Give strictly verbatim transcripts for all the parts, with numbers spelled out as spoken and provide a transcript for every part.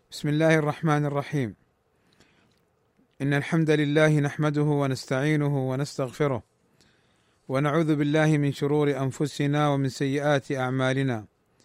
بسم الله الرحمن الرحيم. إن الحمد لله نحمده ونستعينه ونستغفره ونعوذ بالله من شرور أنفسنا ومن سيئات أعمالنا،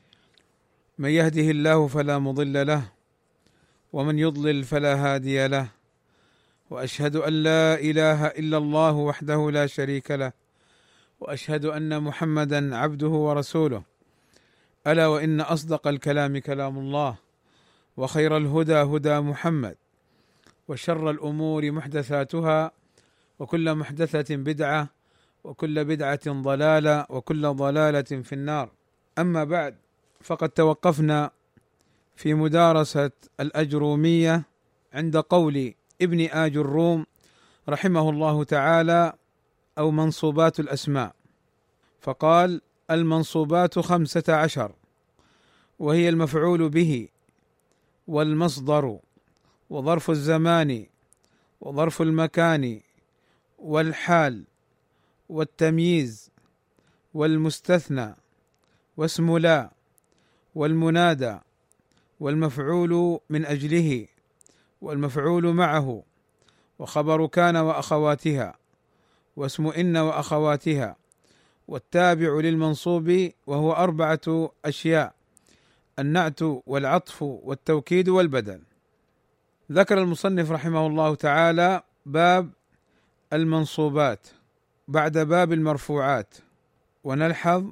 من يهده الله فلا مضل له ومن يضلل فلا هادي له، وأشهد أن لا إله إلا الله وحده لا شريك له، وأشهد أن محمدا عبده ورسوله. ألا وإن أصدق الكلام كلام الله، وخير الهدى هدى محمد، وشر الأمور محدثاتها، وكل محدثة بدعة، وكل بدعة ضلالة، وكل ضلالة في النار. أما بعد، فقد توقفنا في مدارسة الأجرومية عند قول ابن آج الروم رحمه الله تعالى: أو منصوبات الأسماء. فقال: المنصوبات خمسة عشر، وهي المفعول به، والمصدر، وظرف الزمان، وظرف المكان، والحال، والتمييز، والمستثنى، واسم لا، والمنادى، والمفعول من أجله، والمفعول معه، وخبر كان وأخواتها، واسم إن وأخواتها، والتابع للمنصوب، وهو أربعة أشياء: النعت والعطف والتوكيد والبدل. ذكر المصنف رحمه الله تعالى باب المنصوبات بعد باب المرفوعات، ونلحظ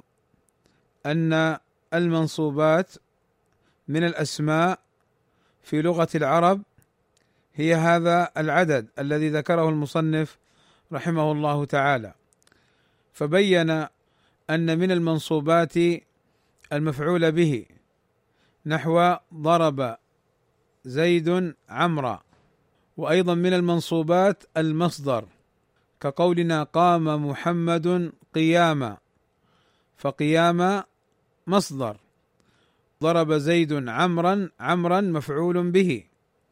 أن المنصوبات من الأسماء في لغة العرب هي هذا العدد الذي ذكره المصنف رحمه الله تعالى، فبين أن من المنصوبات المفعول به، نحو ضرب زيد عمرا، وأيضا من المنصوبات المصدر، كقولنا قام محمد قياما، فقياما مصدر، ضرب زيد عمرا، عمرا مفعول به.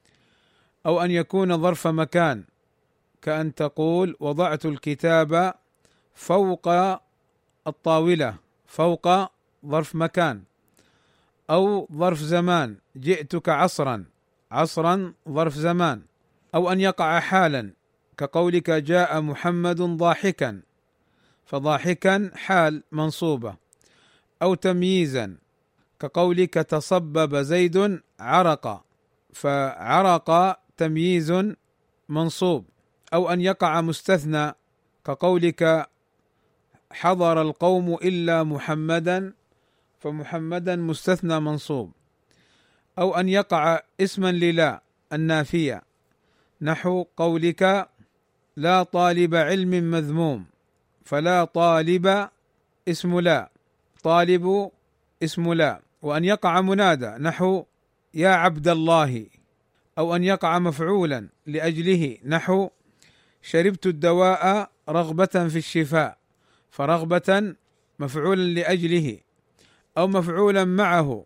أو أن يكون ظرف مكان، كأن تقول وضعت الكتاب فوق الطاولة، فوق ظرف مكان. أو ظرف زمان، جئتك عصرا، عصرا ظرف زمان. أو أن يقع حالا، كقولك جاء محمد ضاحكا، فضاحكا حال منصوبة. أو تمييزا، كقولك تصبب زيد عرق، فعرق تمييز منصوب. أو أن يقع مستثنى، كقولك حضر القوم إلا محمدا، فمحمدا مستثنى منصوب. أو أن يقع اسما للا النافية، نحو قولك لا طالب علم مذموم، فلا طالب اسم لا، طالب اسم لا. وأن يقع منادى، نحو يا عبد الله. أو أن يقع مفعولا لأجله، نحو شربت الدواء رغبة في الشفاء، فرغبة مفعولا لأجله. أو مفعولا معه،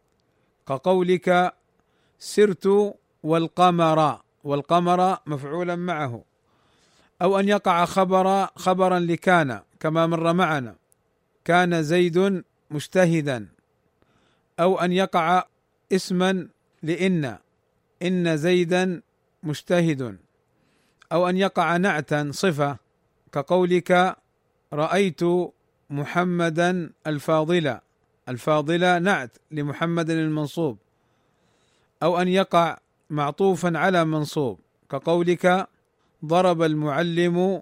كقولك سرت والقمر، والقمر مفعولا معه. أو أن يقع خبر خبرا لكان، كما مر معنا كان زيد مجتهدا. أو أن يقع اسما لإن، إن زيدا مجتهد. أو أن يقع نعتا صفة، كقولك رأيت محمدا الفاضل، الفاضل نعت لمحمد المنصوب. أو أن يقع معطوفا على منصوب، كقولك ضرب المعلم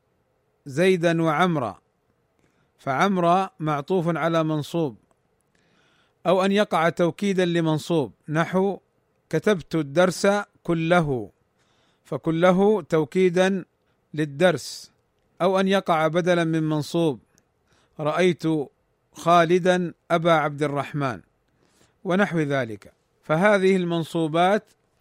زيدا وعمرا، فعمرا معطوف على منصوب. أو أن يقع توكيدا لمنصوب، نحو كتبت الدرس كله، فكله توكيدا للدرس. أو أن يقع بدلا من منصوب، رأيت خالدا أبا عبد الرحمن، ونحو ذلك. فهذه المنصوبات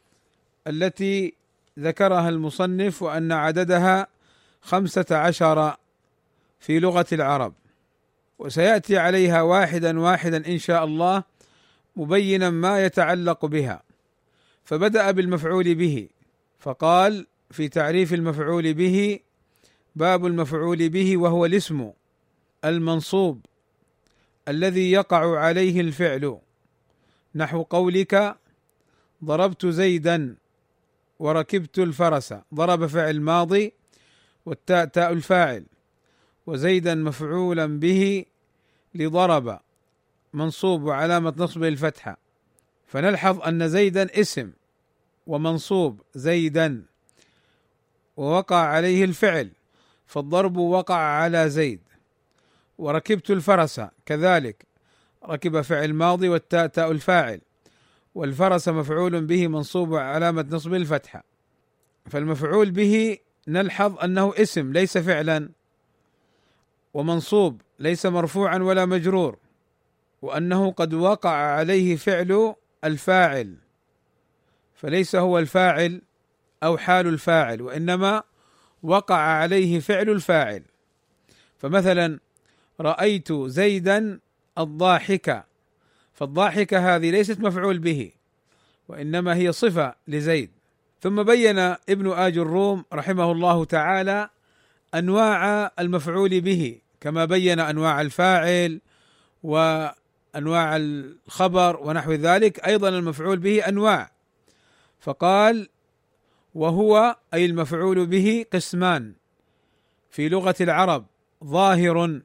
التي ذكرها المصنف، وأن عددها خمسة عشر في لغة العرب، وسيأتي عليها واحدا واحدا إن شاء الله مبينا ما يتعلق بها. فبدأ بالمفعول به، فقال في تعريف المفعول به: باب المفعول به، وهو الاسم المنصوب الذي يقع عليه الفعل، نحو قولك ضربت زيدا وركبت الفرس. ضرب فعل ماضي والتاء تاء الفاعل، وزيدا مفعولا به لضرب منصوب وعلامة نصبه الفتحة. فنلحظ أن زيدا اسم ومنصوب زيدا ووقع عليه الفعل، فالضرب وقع على زيد. وركبت الفرس كذلك، ركب فعل ماضي والتاء تاء الفاعل، والفرس مفعول به منصوب وعلامة نصبه الفتحة. فالمفعول به نلحظ أنه اسم ليس فعلا، ومنصوب ليس مرفوعا ولا مجرور، وأنه قد وقع عليه فعل الفاعل، فليس هو الفاعل أو حال الفاعل، وإنما وقع عليه فعل الفاعل. فمثلا رأيت زيدا الضاحكة، فالضاحكة هذه ليست مفعول به، وإنما هي صفة لزيد. ثم بين ابن آج الروم رحمه الله تعالى أنواع المفعول به، كما بين أنواع الفاعل وأنواع الخبر ونحو ذلك، أيضا المفعول به أنواع. فقال: وهو أي المفعول به قسمان في لغة العرب: ظاهر،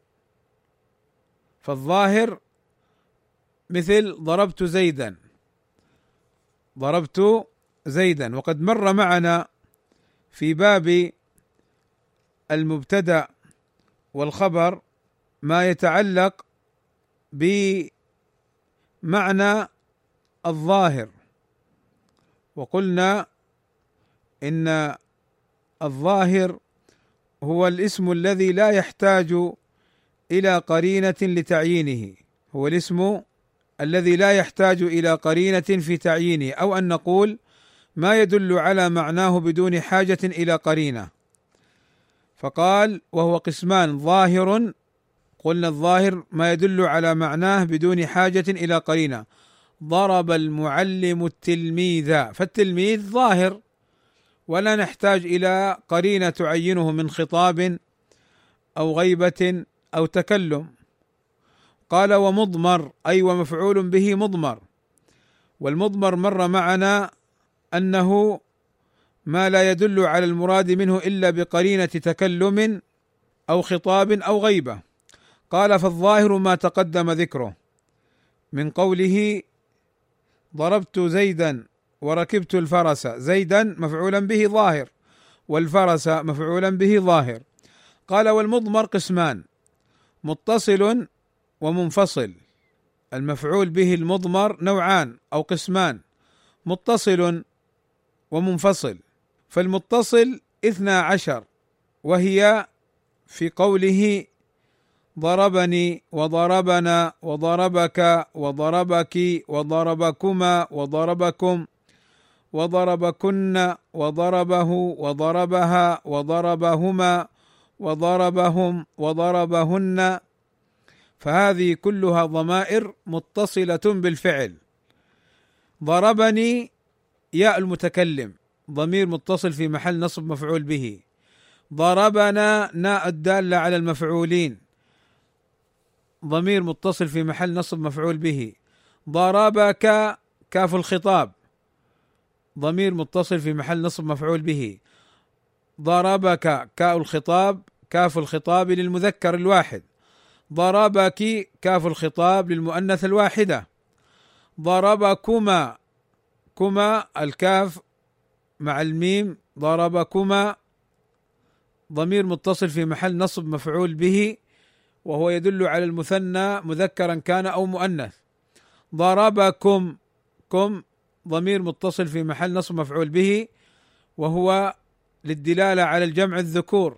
فالظاهر مثل ضربت زيدا، ضربت زيدا. وقد مر معنا في باب المبتدأ والخبر ما يتعلق بمعنى الظاهر، وقلنا إن الظاهر هو الاسم الذي لا يحتاج إلى قرينة لتعيينه، هو الاسم الذي لا يحتاج إلى قرينة في تعيينه، أو أن نقول ما يدل على معناه بدون حاجة إلى قرينة. فقال: وهو قسمان: ظاهر، قلنا الظاهر ما يدل على معناه بدون حاجة إلى قرينة. ضرب المعلم التلميذ، فالتلميذ ظاهر ولا نحتاج إلى قرينة تعينه من خطاب أو غيبة أو تكلم. قال: ومضمر، أي ومفعول به مضمر. والمضمر مر معنا أنه ما لا يدل على المراد منه إلا بقرينة تكلم أو خطاب أو غيبة. قال: فالظاهر ما تقدم ذكره من قوله: ضربت زيدا وركبت الفرس. زيدا مفعولا به ظاهر، والفرس مفعولا به ظاهر. قال: والمضمر قسمان: متصل ومنفصل. المفعول به المضمر نوعان أو قسمان: متصل ومنفصل. فالمتصل اثنا عشر، وهي في قوله: ضربني وضربنا وضربك وضربك وضربكما وضربكم وضربكن وضربه وضربها وضربهما وضربهم وضربهن. فهذه كلها ضمائر متصلة بالفعل. ضربني ياء المتكلم ضمير متصل في محل نصب مفعول به. ضربنا ناء الدالة على المفعولين ضمير متصل في محل نصب مفعول به. ضربك كاف الخطاب ضمير متصل في محل نصب مفعول به. ضربك كاء الخطاب كاف الخطاب للمذكر الواحد. ضربك كاف الخطاب للمؤنث الواحدة. ضربكما كما الكاف مع الميم. ضربكما ضمير متصل في محل نصب مفعول به، وهو يدل على المثنى مذكرا كان أو مؤنث. ضربكم كم ضمير متصل في محل نصب مفعول به، وهو للدلالة على الجمع الذكور.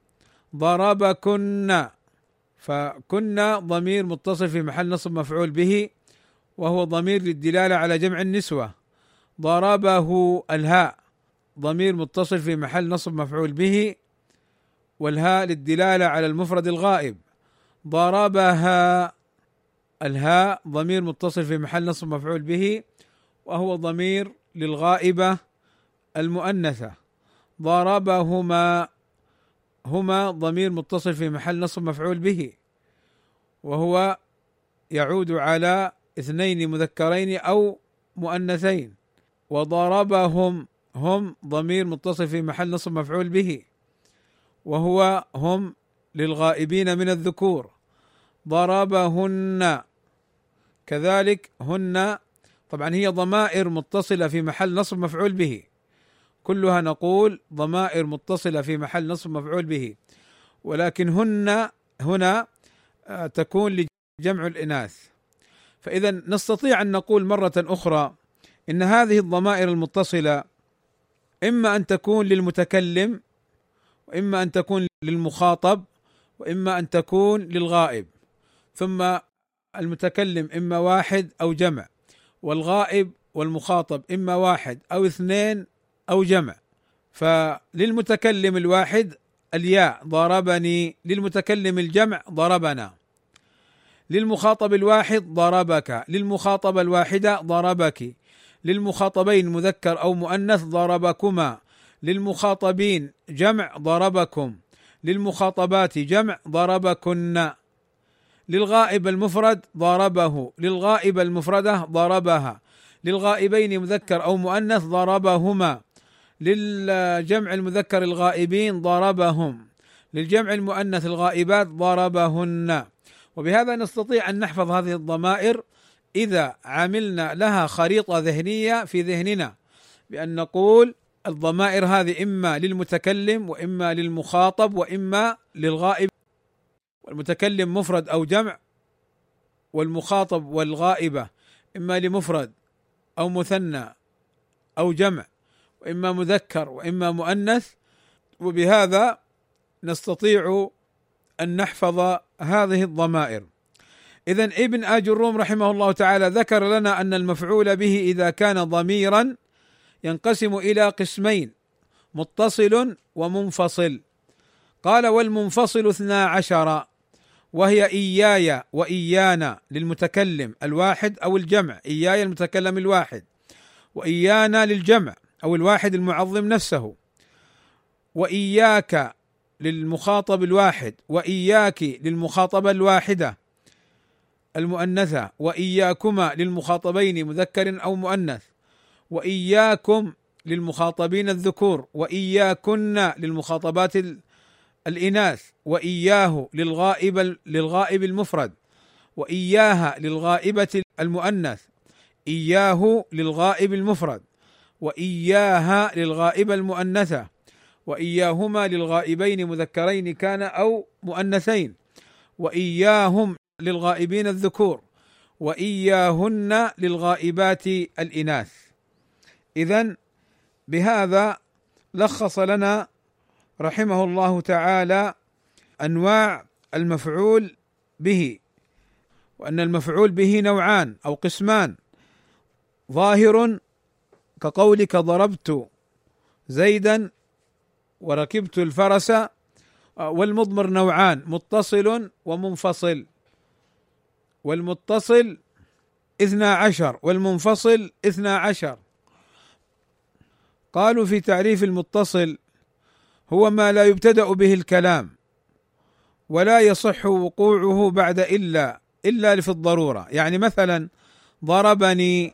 ضربكن فكن ضمير متصل في محل نصب مفعول به، وهو ضمير للدلالة على جمع النسوة. ضربه الهاء ضمير متصل في محل نصب مفعول به، والهاء للدلالة على المفرد الغائب. ضربها الهاء ضمير متصل في محل نصب مفعول به، وهو ضمير للغائبة المؤنثة. ضربهما هما ضمير متصل في محل نصب مفعول به، وهو يعود على اثنين مذكرين أو مؤنثين. وضربهم، هم ضمير متصل في محل نصب مفعول به، وهو هم للغائبين من الذكور. ضربهن كذلك، هن طبعا هي ضمائر متصلة في محل نصب مفعول به، كلها نقول ضمائر متصلة في محل نصب مفعول به، ولكن هن هنا تكون لجمع الإناث. فإذا نستطيع أن نقول مرة أخرى إن هذه الضمائر المتصلة إما أن تكون للمتكلم، وإما أن تكون للمخاطب، وإما أن تكون للغائب، ثم المتكلم إما واحد أو جمع، والغائب والمخاطب إما واحد أو اثنين أو جمع. فللمتكلم الواحد الياء ضربني، للمتكلم الجمع ضربنا، للمخاطب الواحد ضربك، للمخاطبة الواحدة ضربك، للمخاطبين مذكر أو مؤنث ضربكما، للمخاطبين جمع ضربكم، للمخاطبات جمع ضربكن، للغائب المفرد ضربه، للغائبة المفردة ضربها، للغائبين مذكر أو مؤنث ضربهما، للجمع المذكر الغائبين ضربهم، للجمع المؤنث الغائبات ضربهن. وبهذا نستطيع أن نحفظ هذه الضمائر إذا عملنا لها خريطة ذهنية في ذهننا، بأن نقول الضمائر هذه إما للمتكلم، وإما للمخاطب، وإما للغائب، والمتكلم مفرد أو جمع، والمخاطب والغائبة إما لمفرد أو مثنى أو جمع، وإما مذكر وإما مؤنث. وبهذا نستطيع أن نحفظ هذه الضمائر. إذن ابن آج الروم رحمه الله تعالى ذكر لنا أن المفعول به إذا كان ضميرا ينقسم إلى قسمين: متصل ومنفصل. قال: والمنفصل اثنا عشر، وهي إياي وإيانا للمتكلم الواحد أو الجمع، إياي المتكلم الواحد، وإيانا للجمع أو الواحد المعظم نفسه، وإياك للمخاطب الواحد، وإياك للمخاطبة الواحدة المؤنثة، وإياكما للمخاطبين مذكر أو مؤنث، وإياكم للمخاطبين الذكور، وإياكن للمخاطبات الإناث، وإياه للغائب للغائب المفرد، وإياها للغائبة المؤنث، إياه للغائب المفرد، وإياها للغائبة المؤنثة، وإياهما للغائبين مذكرين كان أو مؤنثين، وإياهم للغائبين الذكور، وإياهن للغائبات الإناث. إذن بهذا لخص لنا رحمه الله تعالى أنواع المفعول به، وأن المفعول به نوعان أو قسمان: ظاهر كقولك ضربت زيدا وركبت الفرس، والمضمر نوعان: متصل ومنفصل. والمتصل اثنا عشر والمنفصل اثنا عشر. قالوا في تعريف المتصل: هو ما لا يبتدأ به الكلام ولا يصح وقوعه بعد إلا إلا في الضرورة. يعني مثلا ضربني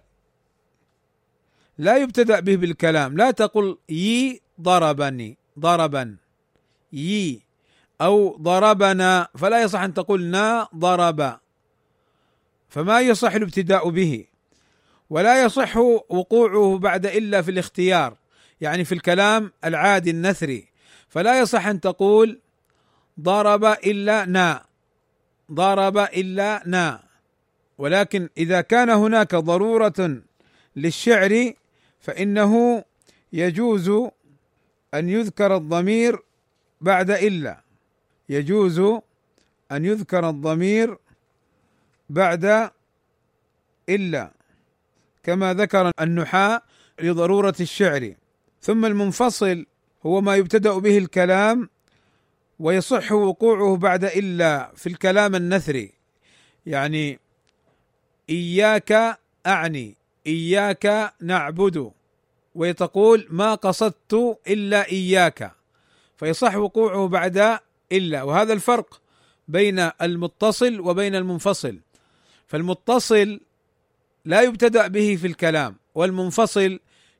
لا يبتدأ به بالكلام، لا تقل يي ضربني ضربا يي، أو ضربنا فلا يصح أن تقول نا ضرب، فما يصح الابتداء به. ولا يصح وقوعه بعد إلا في الاختيار، يعني في الكلام العادي النثري، فلا يصح أن تقول ضرب إلا نا، ضرب إلا نا. ولكن إذا كان هناك ضرورة للشعر فإنه يجوز أن يذكر الضمير بعد إلا، يجوز أن يذكر الضمير بعد إلا، كما ذكر النحاة لضرورة الشعر. ثم المنفصل هو ما يبتدأ به الكلام ويصح وقوعه بعد إلا في الكلام النثري، يعني إياك أعني، إياك نعبد، وتقول ما قصدت إلا إياك، فيصح وقوعه بعد إلا. وهذا الفرق بين المتصل وبين المنفصل، فالمتصل لا يبتدأ به في الكلام، والمنفصل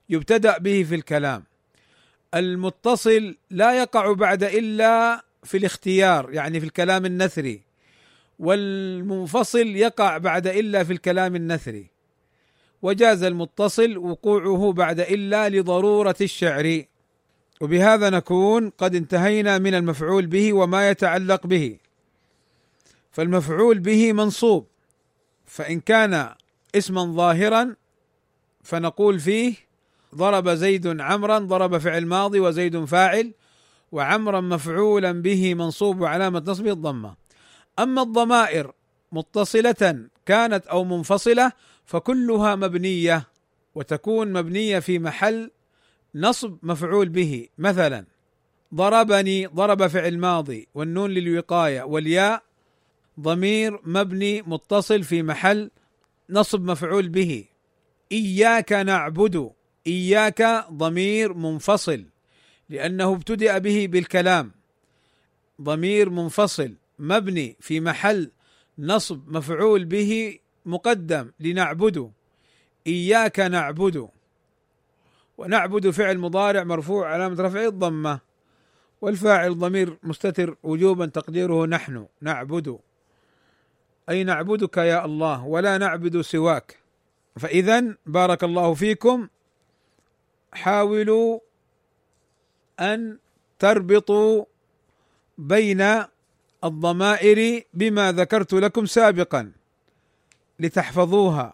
يبتدأ به في الكلام. المتصل لا يقع بعد إلا في الاختيار، يعني في الكلام النثري، والمنفصل يقع بعد إلا في الكلام النثري، وجاز المتصل وقوعه بعد إلا لضرورة الشعر. وبهذا نكون قد انتهينا من المفعول به وما يتعلق به. فالمفعول به منصوب، فإن كان اسما ظاهرا فنقول فيه ضرب زيد عمرا، ضرب فعل ماضي وزيد فاعل، وعمرا مفعولا به منصوب وعلامة نصبه الضمة. أما الضمائر متصلة كانت أو منفصلة فكلها مبنية، وتكون مبنية في محل نصب مفعول به. مثلا ضربني، ضرب فعل ماضي والنون للوقاية والياء ضمير مبني متصل في محل نصب مفعول به. إياك نعبد، إياك ضمير منفصل لأنه ابتدأ به بالكلام، ضمير منفصل مبني في محل نصب مفعول به مقدم لنعبد، إياك نعبد. ونعبد فعل مضارع مرفوع علامة رفعه الضمة، والفاعل ضمير مستتر وجوبا تقديره نحن نعبد، أي نعبدك يا الله ولا نعبد سواك. فإذا بارك الله فيكم حاولوا أن تربطوا بين الضمائر بما ذكرت لكم سابقا لتحفظوها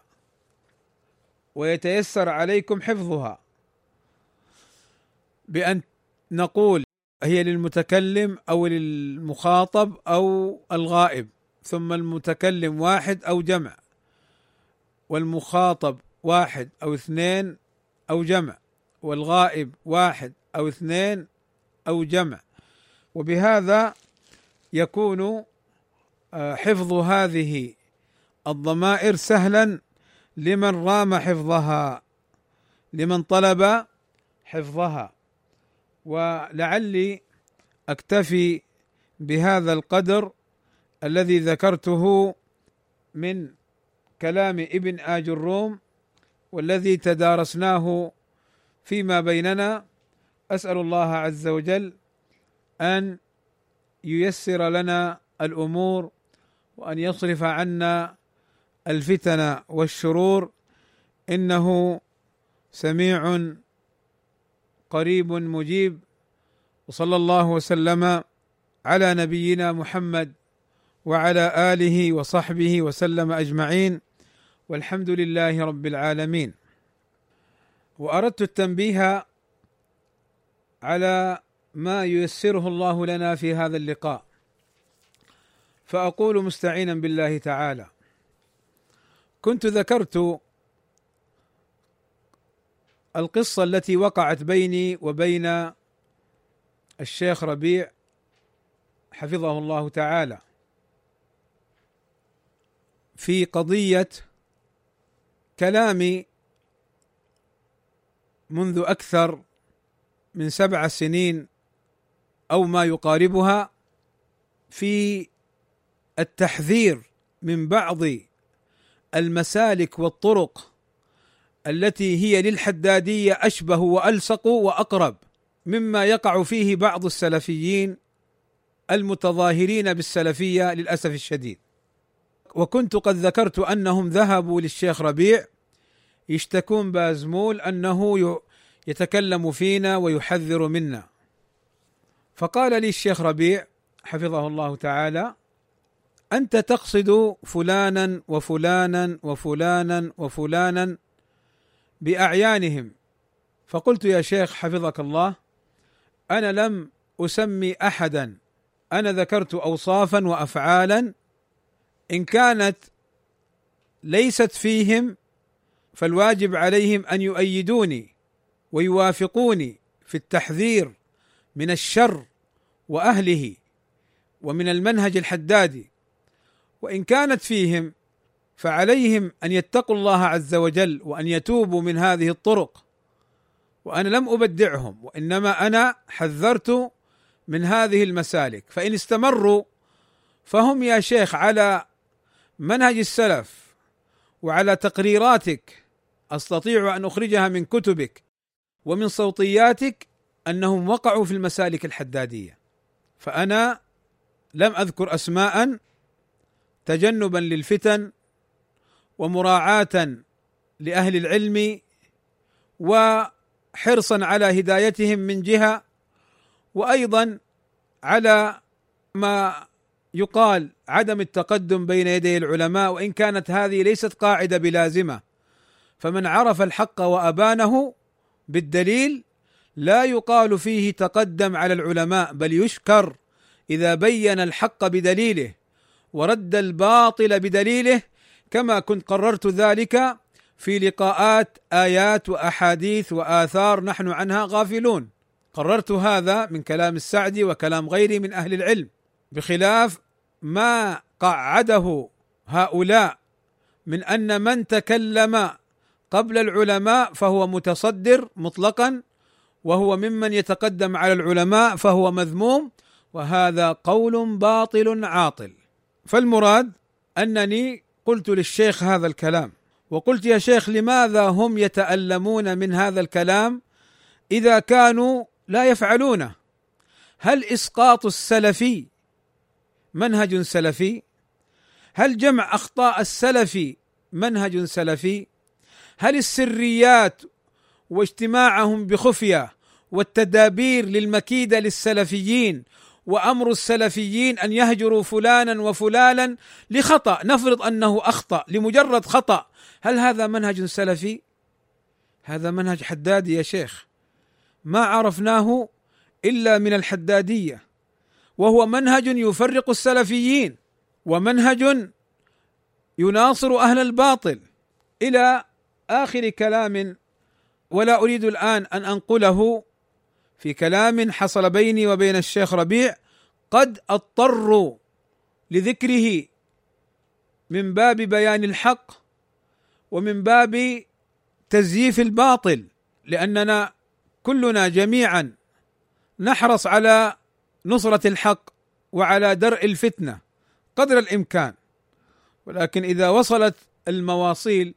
ويتيسر عليكم حفظها، بأن نقول هي للمتكلم أو للمخاطب أو الغائب، ثم المتكلم واحد أو جمع، والمخاطب واحد أو اثنين أو جمع، والغائب واحد أو اثنين أو جمع. وبهذا يكون حفظ هذه الضمائر سهلا لمن رام حفظها، لمن طلب حفظها. ولعلي أكتفي بهذا القدر الذي ذكرته من كلام ابن آج الروم والذي تدارسناه فيما بيننا. أسأل الله عز وجل أن ييسر لنا الأمور وأن يصرف عنا الفتن والشرور، إنه سميع قريب مجيب. وصلى الله وسلم على نبينا محمد وعلى آله وصحبه وسلم أجمعين، والحمد لله رب العالمين. وأردت التنبيه على ما ييسره الله لنا في هذا اللقاء، فأقول مستعينا بالله تعالى: كنت ذكرت القصة التي وقعت بيني وبين الشيخ ربيع حفظه الله تعالى في قضية كلامي منذ أكثر من سبع سنين أو ما يقاربها في التحذير من بعض المسالك والطرق التي هي للحدادية أشبه وألصق وأقرب مما يقع فيه بعض السلفيين المتظاهرين بالسلفية للأسف الشديد. وكنت قد ذكرت أنهم ذهبوا للشيخ ربيع يشتكون بازمول أنه يتكلم فينا ويحذر منا، فقال لي الشيخ ربيع حفظه الله تعالى: أنت تقصد فلانا وفلانا وفلانا وفلانا بأعيانهم. فقلت: يا شيخ حفظك الله، أنا لم أسمي أحدا، أنا ذكرت أوصافا وأفعالا إن كانت ليست فيهم فالواجب عليهم أن يؤيدوني ويوافقوني في التحذير من الشر وأهله ومن المنهج الحدادي، وإن كانت فيهم فعليهم أن يتقوا الله عز وجل وأن يتوبوا من هذه الطرق، وأنا لم أبدعهم وإنما أنا حذرت من هذه المسالك، فإن استمروا فهم يا شيخ على منهج السلف وعلى تقريراتك أستطيع أن أخرجها من كتبك ومن صوتياتك أنهم وقعوا في المسالك الحدادية، فأنا لم أذكر أسماء تجنبا للفتن ومراعاة لأهل العلم وحرصا على هدايتهم من جهة، وأيضا على ما يقال عدم التقدم بين يدي العلماء، وإن كانت هذه ليست قاعدة بلازمة، فمن عرف الحق وأبانه بالدليل لا يقال فيه تقدم على العلماء، بل يشكر إذا بين الحق بدليله ورد الباطل بدليله، كما كنت قررت ذلك في لقاءات آيات وأحاديث وآثار نحن عنها غافلون. قررت هذا من كلام السعدي وكلام غيري من أهل العلم، بخلاف ما قعده هؤلاء من أن من تكلم قبل العلماء فهو متصدر مطلقا، وهو ممن يتقدم على العلماء فهو مذموم، وهذا قول باطل عاطل. فالمراد أنني قلت للشيخ هذا الكلام، وقلت يا شيخ لماذا هم يتألمون من هذا الكلام إذا كانوا لا يفعلونه؟ هل إسقاط السلفي منهج سلفي؟ هل جمع أخطاء السلف منهج سلفي؟ هل السريات واجتماعهم بخفية والتدابير للمكيدة للسلفيين وأمر السلفيين أن يهجروا فلانا وفلانا لخطأ، نفرض أنه أخطأ لمجرد خطأ، هل هذا منهج سلفي؟ هذا منهج حدادي يا شيخ، ما عرفناه إلا من الحدادية، وهو منهج يفرق السلفيين ومنهج يناصر أهل الباطل، إلى آخر كلام، ولا أريد الآن أن أنقله في كلام حصل بيني وبين الشيخ ربيع قد اضطروا لذكره من باب بيان الحق ومن باب تزييف الباطل، لأننا كلنا جميعا نحرص على نصرة الحق وعلى درء الفتنة قدر الإمكان، ولكن إذا وصلت المواصيل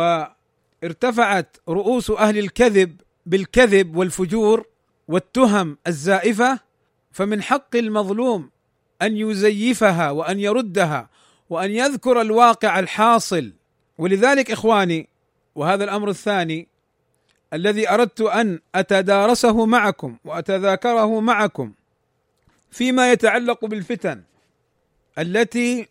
وارتفعت رؤوس أهل الكذب بالكذب والفجور والتهم الزائفة، فمن حق المظلوم أن يزيفها وأن يردها وأن يذكر الواقع الحاصل. ولذلك إخواني، وهذا الأمر الثاني الذي أردت أن أتدارسه معكم وأتذاكره معكم فيما يتعلق بالفتن التي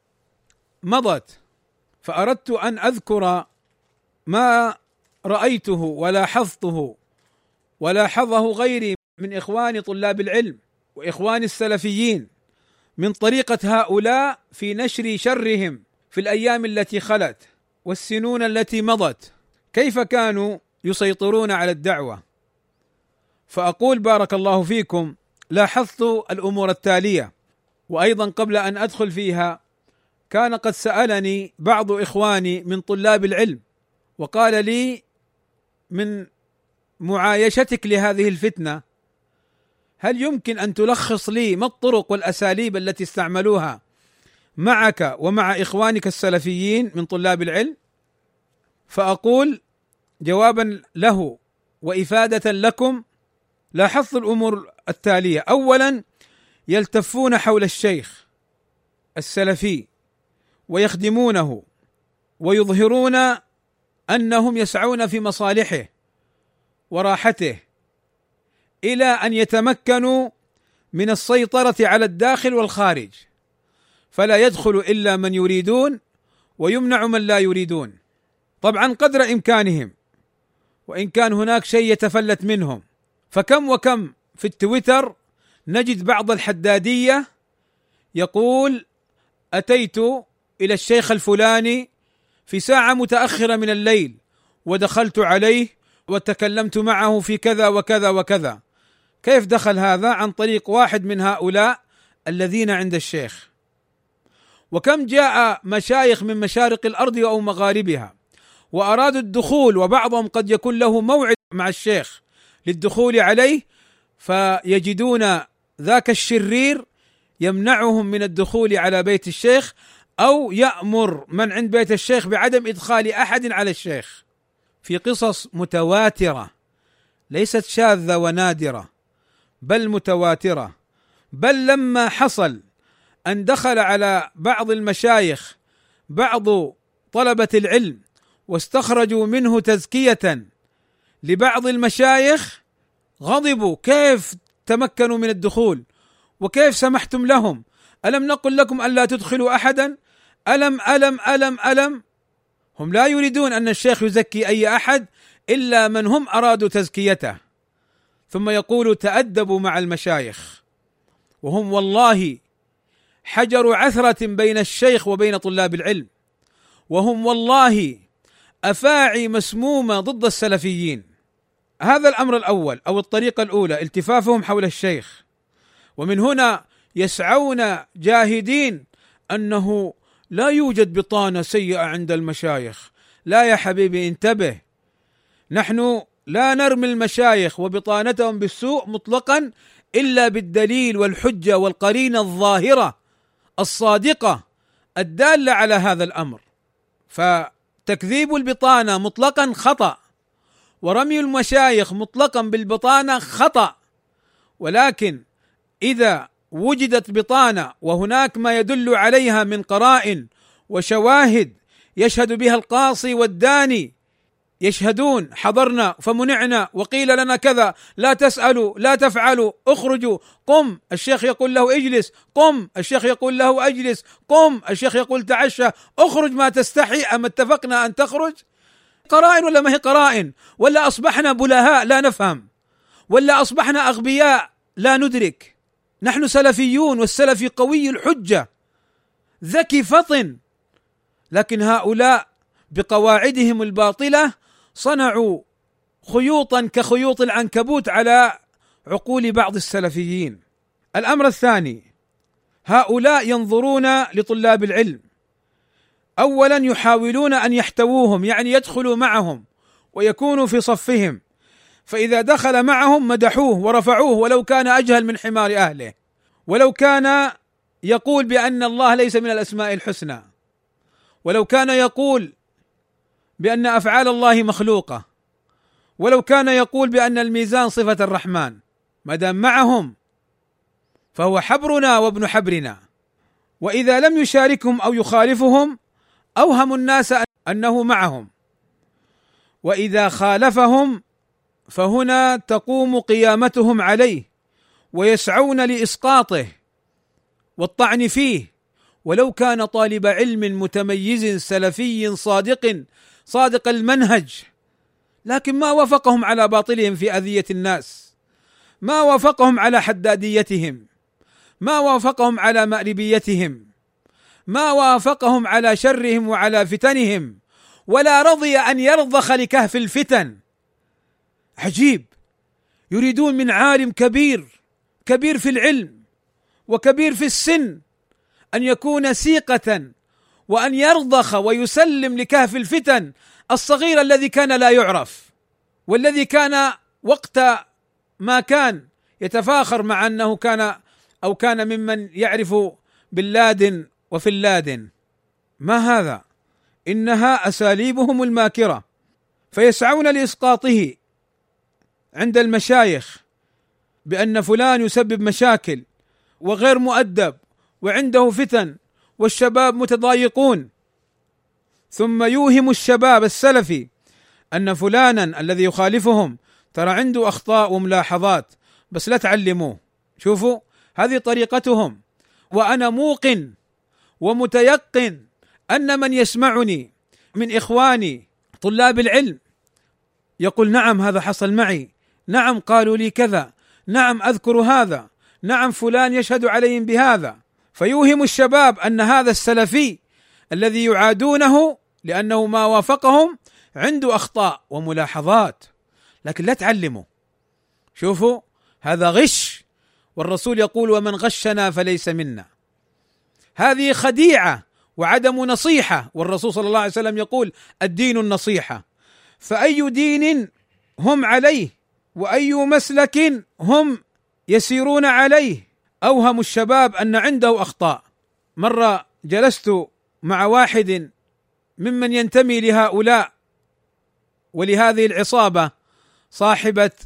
مضت، فأردت أن أذكر ما رأيته ولاحظته ولاحظه غيري من إخوان طلاب العلم وإخوان السلفيين من طريقة هؤلاء في نشر شرهم في الأيام التي خلت والسنون التي مضت، كيف كانوا يسيطرون على الدعوة. فأقول بارك الله فيكم، لاحظت الأمور التالية، وأيضا قبل أن أدخل فيها كان قد سألني بعض إخواني من طلاب العلم وقال لي من معايشتك لهذه الفتنة هل يمكن أن تلخص لي ما الطرق والأساليب التي استعملوها معك ومع إخوانك السلفيين من طلاب العلم؟ فأقول جوابا له وإفادة لكم، لاحظت الأمور التالية: أولا، يلتفون حول الشيخ السلفي ويخدمونه ويظهرون أنهم يسعون في مصالحه وراحته إلى أن يتمكنوا من السيطرة على الداخل والخارج، فلا يدخل إلا من يريدون ويمنع من لا يريدون، طبعا قدر إمكانهم، وإن كان هناك شيء يتفلت منهم. فكم وكم في التويتر نجد بعض الحدادية يقول: أتيت إلى الشيخ الفلاني في ساعة متأخرة من الليل ودخلت عليه وتكلمت معه في كذا وكذا وكذا. كيف دخل هذا؟ عن طريق واحد من هؤلاء الذين عند الشيخ. وكم جاء مشايخ من مشارق الأرض أو مغاربها وأرادوا الدخول، وبعضهم قد يكون له موعد مع الشيخ للدخول عليه، فيجدون ذاك الشرير يمنعهم من الدخول على بيت الشيخ، أو يأمر من عند بيت الشيخ بعدم إدخال أحد على الشيخ، في قصص متواترة ليست شاذة ونادرة بل متواترة، بل لما حصل أن دخل على بعض المشايخ بعض طلبة العلم واستخرجوا منه تزكية لبعض المشايخ غضبوا، كيف تمكنوا من الدخول وكيف سمحتم لهم؟ ألم نقل لكم ألا تدخلوا أحدا؟ ألم ألم ألم ألم هم لا يريدون أن الشيخ يزكي أي أحد إلا من هم أرادوا تزكيته. ثم يقول تأدبوا مع المشايخ، وهم والله حجر عثرة بين الشيخ وبين طلاب العلم، وهم والله أفاعي مسمومة ضد السلفيين. هذا الأمر الأول أو الطريقة الأولى، التفافهم حول الشيخ، ومن هنا يسعون جاهدين أنه لا يوجد بطانة سيئة عند المشايخ. لا يا حبيبي، انتبه، نحن لا نرمي المشايخ وبطانتهم بالسوء مطلقا إلا بالدليل والحجة والقرينة الظاهرة الصادقة الدالة على هذا الأمر. فتكذيب البطانة مطلقا خطأ، ورمي المشايخ مطلقا بالبطانة خطأ، ولكن إذا وجدت بطانة وهناك ما يدل عليها من قرائن وشواهد يشهد بها القاصي والداني، يشهدون حضرنا فمنعنا وقيل لنا كذا، لا تسألوا لا تفعلوا، اخرجوا، قم، الشيخ يقول له اجلس، قم، الشيخ يقول له اجلس، قم، الشيخ يقول تعشى، اخرج ما تستحي، أما اتفقنا أن تخرج؟ قرائن ولا ما هي قرائن؟ ولا أصبحنا بلهاء لا نفهم؟ ولا أصبحنا أغبياء لا ندرك؟ نحن سلفيون، والسلفي قوي الحجة ذكي فطن، لكن هؤلاء بقواعدهم الباطلة صنعوا خيوطا كخيوط العنكبوت على عقول بعض السلفيين. الأمر الثاني، هؤلاء ينظرون لطلاب العلم، أولا يحاولون أن يحتووهم، يعني يدخلوا معهم ويكونوا في صفهم، فإذا دخل معهم مدحوه ورفعوه ولو كان أجهل من حمار أهله، ولو كان يقول بأن الله ليس من الأسماء الحسنى، ولو كان يقول بأن أفعال الله مخلوقة، ولو كان يقول بأن الميزان صفة الرحمن، ما دام معهم فهو حبرنا وابن حبرنا. وإذا لم يشاركهم أو يخالفهم أوهموا الناس أنه معهم، وإذا خالفهم فهنا تقوم قيامتهم عليه ويسعون لإسقاطه والطعن فيه، ولو كان طالب علم متميز سلفي صادق صادق المنهج، لكن ما وافقهم على باطلهم في أذية الناس، ما وافقهم على حداديتهم، ما وافقهم على مأربيتهم، ما وافقهم على شرهم وعلى فتنهم، ولا رضي أن يرضخ لكهف الفتن. عجيب، يريدون من عالم كبير كبير في العلم وكبير في السن أن يكون سيقة وأن يرضخ ويسلم لكهف الفتن الصغير الذي كان لا يعرف، والذي كان وقت ما كان يتفاخر مع أنه كان أو كان ممن يعرف باللادن وفي اللادن. ما هذا؟ إنها أساليبهم الماكرة، فيسعون لإسقاطه عند المشايخ بأن فلان يسبب مشاكل وغير مؤدب وعنده فتن والشباب متضايقون، ثم يوهم الشباب السلفي أن فلانا الذي يخالفهم ترى عنده أخطاء وملاحظات بس لا تعلموه. شوفوا هذه طريقتهم، وأنا موقن ومتيقن أن من يسمعني من إخواني طلاب العلم يقول نعم هذا حصل معي، نعم قالوا لي كذا، نعم أذكر هذا، نعم فلان يشهد عليهم بهذا. فيوهم الشباب أن هذا السلفي الذي يعادونه لأنه ما وافقهم عنده أخطاء وملاحظات، لكن لا تعلموا. شوفوا هذا غش، والرسول يقول ومن غشنا فليس منا. هذه خديعة وعدم نصيحة، والرسول صلى الله عليه وسلم يقول الدين النصيحة. فأي دين هم عليه وأي مسلك هم يسيرون عليه؟ أوهم الشباب أن عنده أخطاء. مرة جلست مع واحد ممن ينتمي لهؤلاء ولهذه العصابة صاحبة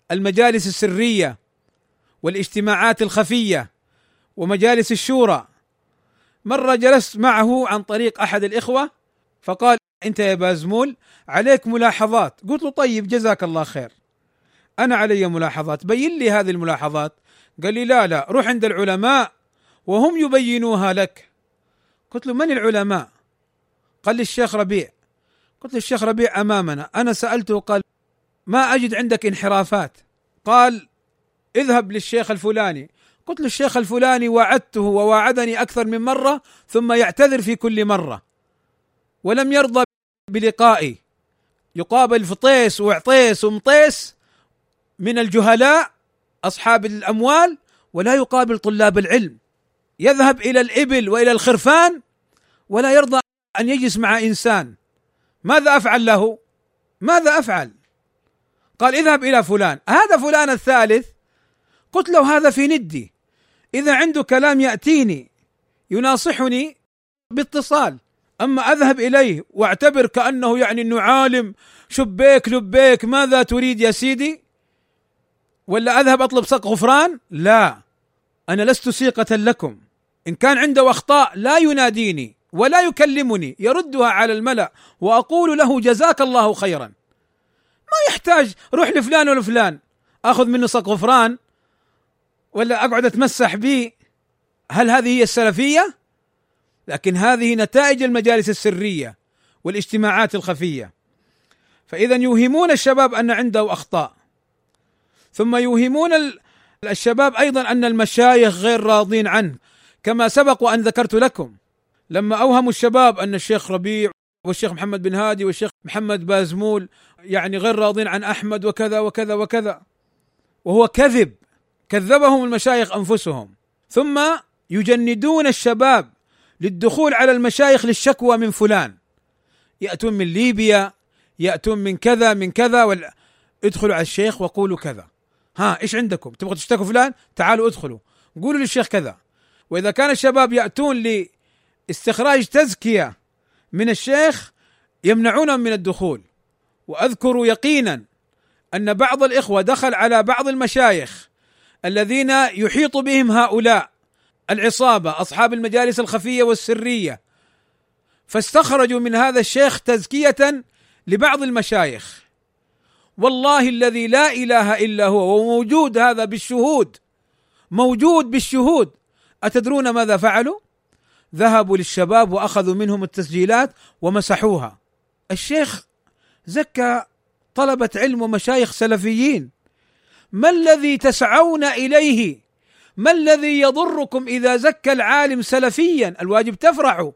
المجالس السرية والاجتماعات الخفية ومجالس الشورى. مرة جلست معه عن طريق أحد الإخوة فقال: أنت يا بازمول عليك ملاحظات. قلت له: طيب جزاك الله خير، أنا علي ملاحظات، بين لي هذه الملاحظات. قال لي: لا لا روح عند العلماء وهم يبينوها لك. قلت له: من العلماء؟ قال لي: الشيخ ربيع. قلت له: الشيخ ربيع أمامنا. أنا سألته قال: ما أجد عندك انحرافات. قال: اذهب للشيخ الفلاني. قلت له: الشيخ الفلاني وعدته وواعدني أكثر من مرة ثم يعتذر في كل مرة ولم يرضى بلقائي. يقابل فطيس وعطيس ومطيس من الجهلاء أصحاب الأموال ولا يقابل طلاب العلم. يذهب إلى الإبل وإلى الخرفان ولا يرضى أن يجلس مع إنسان. ماذا أفعل له؟ ماذا أفعل؟ قال: اذهب إلى فلان. هذا فلان الثالث قلت له: هذا في ندي، إذا عنده كلام يأتيني يناصحني باتصال، أما أذهب إليه واعتبر كأنه يعني أنه عالم شبيك لبيك، ماذا تريد يا سيدي؟ ولا أذهب أطلب سق غفران؟ لا، أنا لست سيقة لكم. إن كان عنده أخطاء لا يناديني ولا يكلمني، يردها على الملأ وأقول له جزاك الله خيرا. ما يحتاج روح لفلان ولا فلان أخذ منه سق غفران ولا أقعد أتمسح به. هل هذه هي السلفية؟ لكن هذه نتائج المجالس السرية والاجتماعات الخفية. فإذا يوهمون الشباب أن عنده أخطاء، ثم يوهمون الشباب أيضا أن المشايخ غير راضين عنه، كما سبق وأن ذكرت لكم لما أوهموا الشباب أن الشيخ ربيع والشيخ محمد بن هادي والشيخ محمد بازمول يعني غير راضين عن أحمد وكذا وكذا وكذا، وهو كذب، كذبهم المشايخ أنفسهم. ثم يجندون الشباب للدخول على المشايخ للشكوى من فلان، يأتون من ليبيا، يأتون من كذا من كذا وال... ادخلوا على الشيخ وقولوا كذا. ها ايش عندكم؟ تبغوا تشتكوا فلان؟ تعالوا ادخلوا قولوا للشيخ كذا. وإذا كان الشباب يأتون لاستخراج تزكية من الشيخ يمنعونهم من الدخول. وأذكر يقينا أن بعض الإخوة دخل على بعض المشايخ الذين يحيط بهم هؤلاء العصابة أصحاب المجالس الخفية والسرية، فاستخرجوا من هذا الشيخ تزكية لبعض المشايخ، والله الذي لا إله إلا هو، وموجود هذا بالشهود، موجود بالشهود. أتدرون ماذا فعلوا؟ ذهبوا للشباب وأخذوا منهم التسجيلات ومسحوها. الشيخ زكى طلبة علم ومشايخ سلفيين. ما الذي تسعون إليه؟ ما الذي يضركم إذا زكى العالم سلفيا؟ الواجب تفرحوا.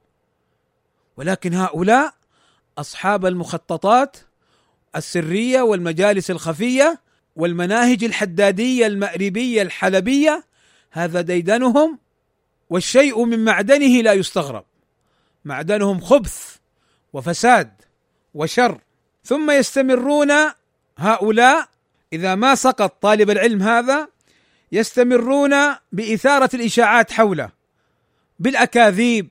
ولكن هؤلاء أصحاب المخططات السرية والمجالس الخفية والمناهج الحدادية المأربية الحلبية، هذا ديدنهم، والشيء من معدنه لا يستغرب. معدنهم خبث وفساد وشر. ثم يستمرون هؤلاء إذا ما سقط طالب العلم هذا، يستمرون بإثارة الإشاعات حوله بالأكاذيب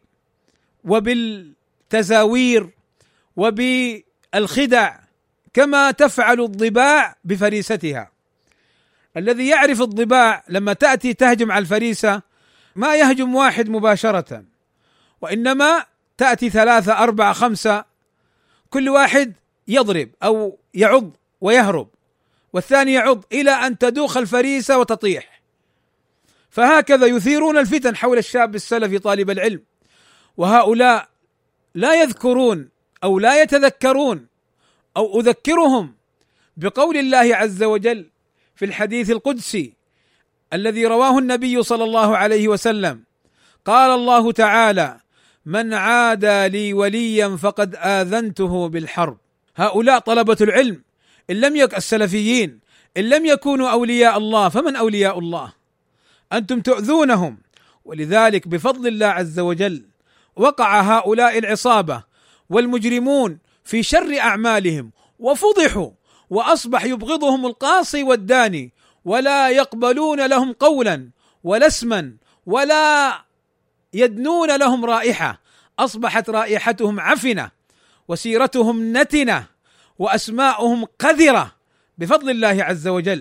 وبالتزاوير وبالخدع، كما تفعل الضباع بفريستها. الذي يعرف الضباع لما تأتي تهجم على الفريسة ما يهجم واحد مباشرة، وإنما تأتي ثلاثة أربعة خمسة، كل واحد يضرب أو يعض ويهرب، والثاني يعض إلى أن تدوخ الفريسة وتطيح. فهكذا يثيرون الفتن حول الشاب السلفي طالب العلم. وهؤلاء لا يذكرون أو لا يتذكرون أو أذكرهم بقول الله عز وجل في الحديث القدسي الذي رواه النبي صلى الله عليه وسلم، قال الله تعالى: من عادى لي وليا فقد آذنته بالحرب. هؤلاء طلبة العلم إن لم يكن السلفيين إن لم يكونوا أولياء الله فمن أولياء الله؟ أنتم تؤذونهم. ولذلك بفضل الله عز وجل وقع هؤلاء العصابة والمجرمون في شر أعمالهم وفضحوا، وأصبح يبغضهم القاصي والداني، ولا يقبلون لهم قولا ولا اسما ولا يدنون لهم رائحة. أصبحت رائحتهم عفنة وسيرتهم نتنة وأسماؤهم قذرة بفضل الله عز وجل.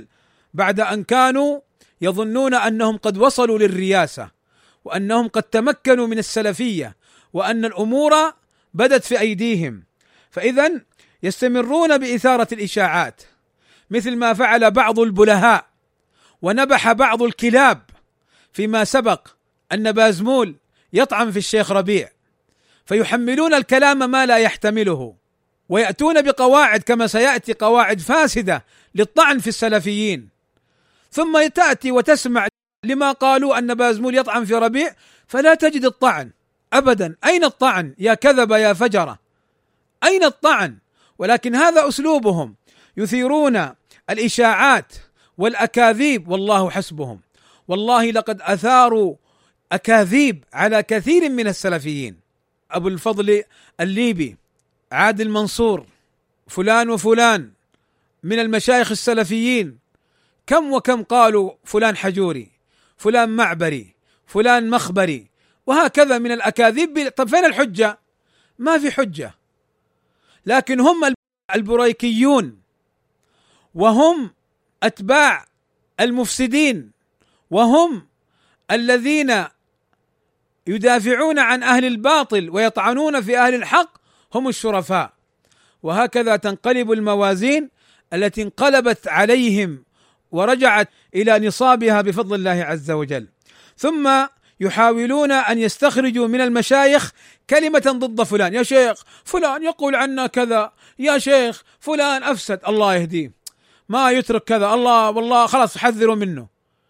بعد أن كانوا يظنون أنهم قد وصلوا للرياسة، وأنهم قد تمكنوا من السلفية، وأن الأمور بدت في أيديهم. فإذا يستمرون بإثارة الإشاعات، مثل ما فعل بعض البلهاء ونبح بعض الكلاب فيما سبق أن بازمول يطعن في الشيخ ربيع، فيحملون الكلام ما لا يحتمله، ويأتون بقواعد كما سيأتي قواعد فاسدة للطعن في السلفيين، ثم تأتي وتسمع لما قالوا أن بازمول يطعن في ربيع فلا تجد الطعن أبدا. أين الطعن يا كذب يا فجرة؟ أين الطعن؟ ولكن هذا أسلوبهم، يثيرون الإشاعات والأكاذيب والله حسبهم. والله لقد أثاروا أكاذيب على كثير من السلفيين، أبو الفضل الليبي، عادل منصور، فلان وفلان من المشايخ السلفيين، كم وكم قالوا فلان حجوري، فلان معبري، فلان مخبري، وهكذا من الأكاذيب. طب فين الحجة؟ ما في حجة. لكن هم البريكيون، وهم أتباع المفسدين، وهم الذين يدافعون عن أهل الباطل ويطعنون في أهل الحق، هم الشرفاء. وهكذا تنقلب الموازين التي انقلبت عليهم ورجعت إلى نصابها بفضل الله عز وجل. ثم يحاولون أن يستخرجوا من المشايخ كلمة ضد فلان، يا شيخ فلان يقول عنا كذا، يا شيخ فلان أفسد، الله يهديه، ما يترك كذا، الله والله خلاص حذروا منه.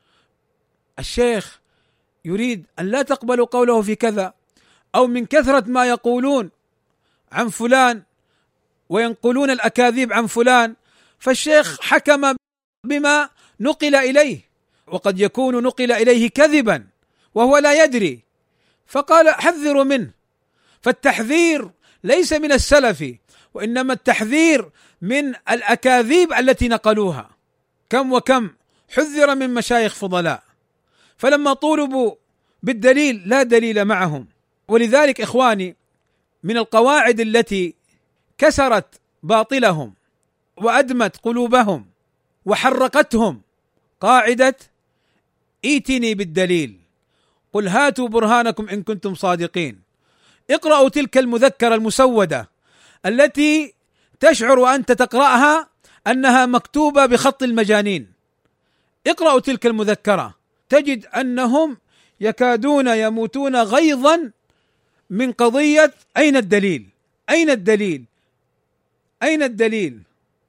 الشيخ يريد أن لا تقبلوا قوله في كذا، أو من كثرة ما يقولون عن فلان وينقلون الأكاذيب عن فلان، فالشيخ حكم بما نقل إليه، وقد يكون نقل إليه كذبا وهو لا يدري، فقال حذروا منه. فالتحذير ليس من السلف، وإنما التحذير من الأكاذيب التي نقلوها. كم وكم حذر من مشايخ فضلاء، فلما طولبوا بالدليل لا دليل معهم. ولذلك إخواني، من القواعد التي كسرت باطلهم وأدمت قلوبهم وحرقتهم قاعدة ائتني بالدليل، قل هاتوا برهانكم إن كنتم صادقين. اقرأوا تلك المذكرة المسودة التي تشعر أنت تقرأها أنها مكتوبة بخط المجانين. اقرأوا تلك المذكرة تجد أنهم يكادون يموتون غيظا من قضية أين الدليل؟ أين الدليل؟ أين الدليل؟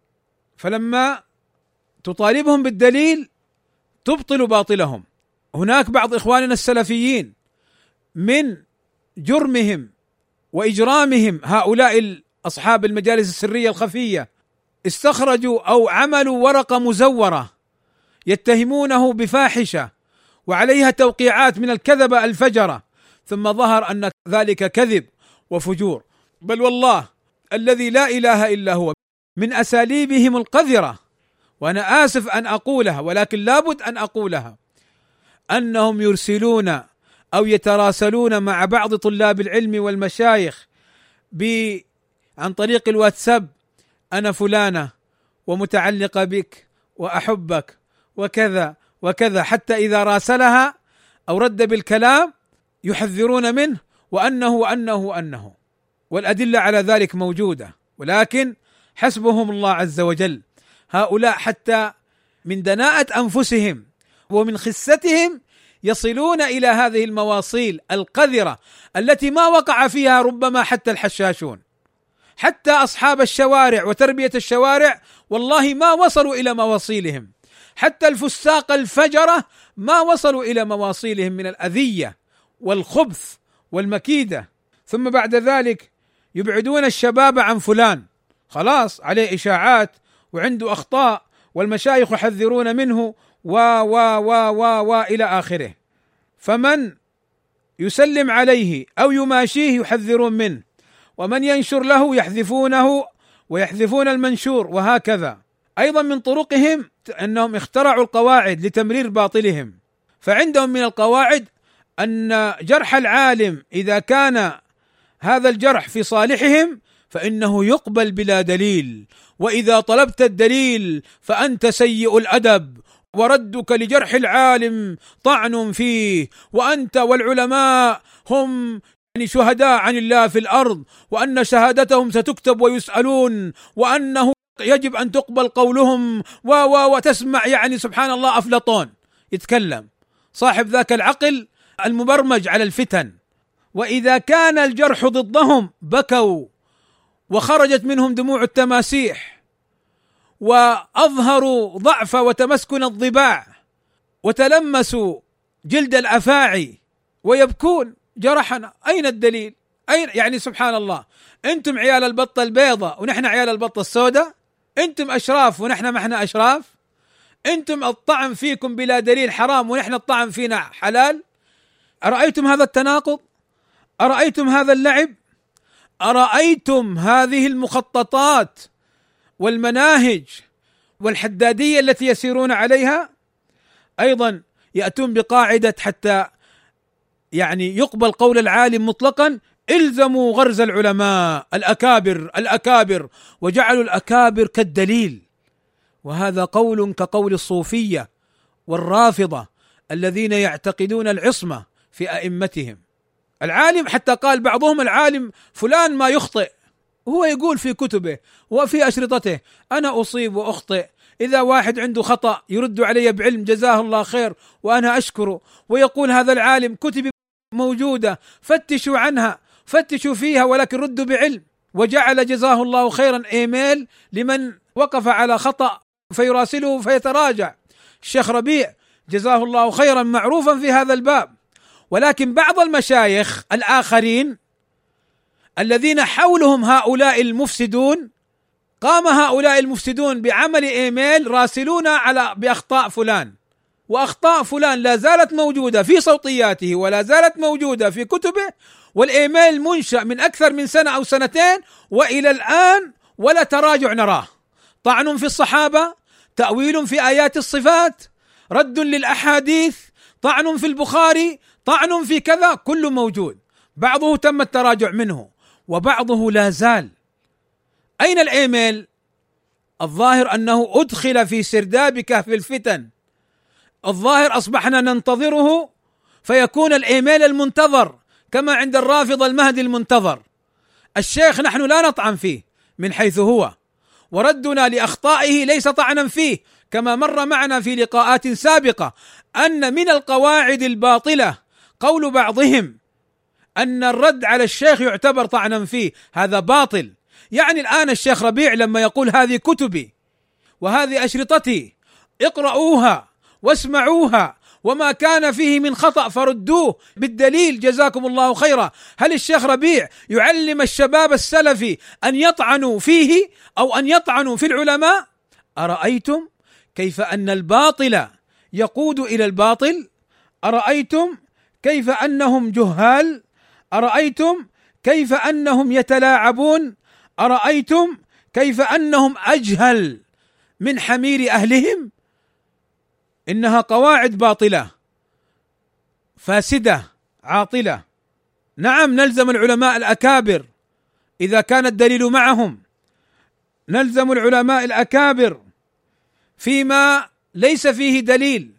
فلما تطالبهم بالدليل تبطل باطلهم. هناك بعض إخواننا السلفيين من جرمهم وإجرامهم هؤلاء أصحاب المجالس السرية الخفية استخرجوا أو عملوا ورقة مزورة يتهمونه بفاحشة وعليها توقيعات من الكذبة الفجرة، ثم ظهر أن ذلك كذب وفجور. بل والله الذي لا إله إلا هو من أساليبهم القذرة، وأنا آسف أن أقولها ولكن لابد أن أقولها، أنهم يرسلون أو يتراسلون مع بعض طلاب العلم والمشايخ عن طريق الواتساب: أنا فلانة ومتعلقة بك وأحبك وكذا وكذا، حتى إذا راسلها أو رد بالكلام يحذرون منه وأنه وأنه وأنه، والأدلة على ذلك موجودة. ولكن حسبهم الله عز وجل، هؤلاء حتى من دناءة أنفسهم ومن خستهم يصلون إلى هذه المواصيل القذرة التي ما وقع فيها ربما حتى الحشاشون، حتى أصحاب الشوارع وتربية الشوارع والله ما وصلوا إلى مواصيلهم، حتى الفساق الفجرة ما وصلوا إلى مواصيلهم من الأذية والخبث والمكيدة. ثم بعد ذلك يبعدون الشباب عن فلان، خلاص عليه إشاعات وعنده أخطاء والمشايخ يحذرون منه و و و و و إلى آخره. فمن يسلم عليه أو يماشيه يحذرون منه، ومن ينشر له يحذفونه ويحذفون المنشور. وهكذا أيضا من طرقهم أنهم اخترعوا القواعد لتمرير باطلهم. فعندهم من القواعد أن جرح العالم إذا كان هذا الجرح في صالحهم فإنه يقبل بلا دليل، وإذا طلبت الدليل فأنت سيء الأدب وردك لجرح العالم طعن فيه، وأنت والعلماء هم يعني شهداء عن الله في الأرض، وأن شهادتهم ستكتب ويسألون، وأنه يجب أن تقبل قولهم و و وتسمع يعني سبحان الله أفلاطون يتكلم صاحب ذاك العقل المبرمج على الفتن. وإذا كان الجرح ضدهم بكوا وخرجت منهم دموع التماسيح وأظهروا ضعف وتمسكن الضباع وتلمسوا جلد الأفاعي ويبكون جرحنا. أين الدليل؟ أين يعني سبحان الله؟ أنتم عيال البطة البيضاء ونحن عيال البطة السوداء، أنتم أشراف ونحن ما احنا أشراف، أنتم الطعن فيكم بلا دليل حرام ونحن الطعن فينا حلال. أرأيتم هذا التناقض؟ أرأيتم هذا اللعب؟ أرأيتم هذه المخططات والمناهج والحدادية التي يسيرون عليها؟ أيضا يأتون بقاعدة حتى يعني يقبل قول العالم مطلقا: الزموا غرز العلماء الأكابر الأكابر، وجعلوا الأكابر كالدليل. وهذا قول كقول الصوفية والرافضة الذين يعتقدون العصمة في أئمتهم. العالم حتى قال بعضهم: العالم فلان ما يخطئ، هو يقول في كتبه وفي أشرطته: أنا أصيب وأخطئ، إذا واحد عنده خطأ يرد علي بعلم جزاه الله خير وأنا أشكره. ويقول هذا العالم كتب موجودة فتشوا عنها فتشوا فيها ولكن ردوا بعلم. وجعل جزاه الله خيرا إيميل لمن وقف على خطأ فيراسله فيتراجع. الشيخ ربيع جزاه الله خيرا معروفا في هذا الباب. ولكن بعض المشايخ الآخرين الذين حولهم هؤلاء المفسدون، قام هؤلاء المفسدون بعمل إيميل راسلون على بأخطاء فلان، وأخطاء فلان لا زالت موجودة في صوتياته ولا زالت موجودة في كتبه، والإيميل منشأ من أكثر من سنة أو سنتين وإلى الآن ولا تراجع نراه. طعن في الصحابة، تأويل في آيات الصفات، رد للأحاديث، طعن في البخاري، طعن في كذا، كله موجود. بعضه تم التراجع منه وبعضه لا زال. أين الإيميل؟ الظاهر أنه أدخل في سرداب كهف الفتن. الظاهر أصبحنا ننتظره فيكون الإيميل المنتظر، كما عند الرافضة المهدي المنتظر. الشيخ نحن لا نطعن فيه من حيث هو، وردنا لأخطائه ليس طعنا فيه، كما مر معنا في لقاءات سابقة أن من القواعد الباطلة قول بعضهم أن الرد على الشيخ يعتبر طعنا فيه. هذا باطل. يعني الآن الشيخ ربيع لما يقول هذه كتبي وهذه أشرطتي اقرؤوها واسمعوها وما كان فيه من خطأ فردوه بالدليل جزاكم الله خيرا، هل الشيخ ربيع يعلم الشباب السلفي أن يطعنوا فيه أو أن يطعنوا في العلماء؟ أرأيتم كيف أن الباطل يقود إلى الباطل؟ أرأيتم كيف أنهم جهال؟ أرأيتم كيف أنهم يتلاعبون؟ أرأيتم كيف أنهم أجهل من حمير أهلهم؟ إنها قواعد باطلة فاسدة عاطلة. نعم نلزم العلماء الأكابر إذا كان الدليل معهم، نلزم العلماء الأكابر فيما ليس فيه دليل،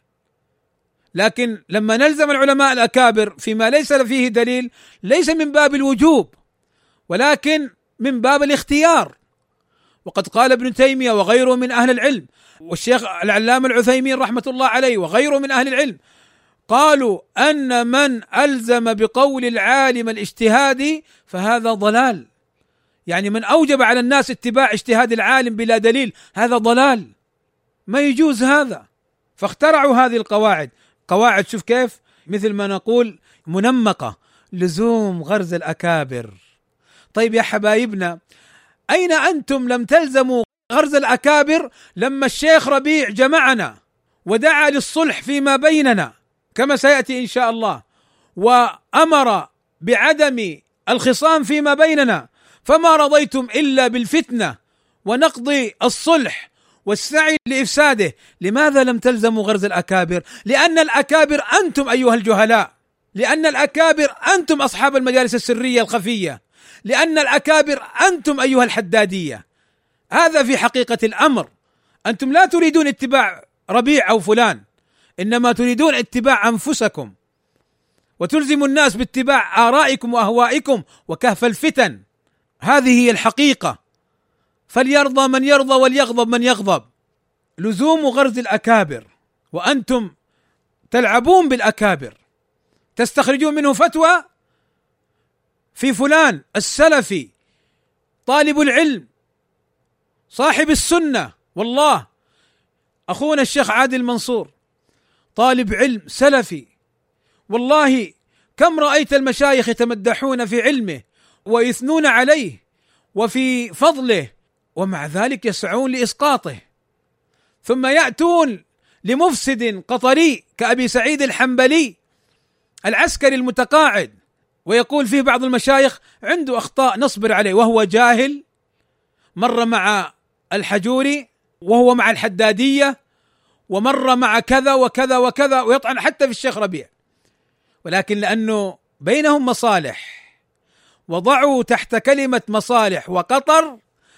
لكن لما نلزم العلماء الأكابر فيما ليس فيه دليل ليس من باب الوجوب ولكن من باب الاختيار. وقد قال ابن تيمية وغيره من أهل العلم والشيخ العلامة العثيمين رحمة الله عليه وغيره من أهل العلم قالوا أن من ألزم بقول العالم الاجتهادي فهذا ضلال. يعني من أوجب على الناس اتباع اجتهاد العالم بلا دليل هذا ضلال، ما يجوز هذا. فاخترعوا هذه القواعد، قواعد شوف كيف مثل ما نقول منمقة، لزوم غرز الأكابر. طيب يا حبايبنا، أين أنتم لم تلزموا غرز الأكابر لما الشيخ ربيع جمعنا ودعا للصلح فيما بيننا كما سيأتي إن شاء الله، وأمر بعدم الخصام فيما بيننا، فما رضيتم إلا بالفتنة ونقض الصلح والسعي لإفساده؟ لماذا لم تلزموا غرز الأكابر؟ لأن الأكابر أنتم أيها الجهلاء، لأن الأكابر أنتم أصحاب المجالس السرية الخفية، لأن الأكابر أنتم أيها الحدادية. هذا في حقيقة الأمر. أنتم لا تريدون اتباع ربيع أو فلان، إنما تريدون اتباع أنفسكم وتلزم الناس باتباع آرائكم وأهوائكم وكهف الفتن. هذه هي الحقيقة. فليرضى من يرضى وليغضب من يغضب. لزوم غرز الأكابر، وأنتم تلعبون بالأكابر، تستخرجون منه فتوى في فلان السلفي طالب العلم صاحب السنة. والله أخونا الشيخ عادل منصور طالب علم سلفي، والله كم رأيت المشايخ يتمدحون في علمه ويثنون عليه وفي فضله، ومع ذلك يسعون لإسقاطه، ثم يأتون لمفسد قطري كأبي سعيد الحنبلي العسكري المتقاعد ويقول فيه بعض المشايخ عنده أخطاء نصبر عليه، وهو جاهل، مر مع الحجوري وهو مع الحدادية ومر مع كذا وكذا وكذا، ويطعن حتى في الشيخ ربيع، ولكن لأنه بينهم مصالح وضعوا تحت كلمة مصالح وقطر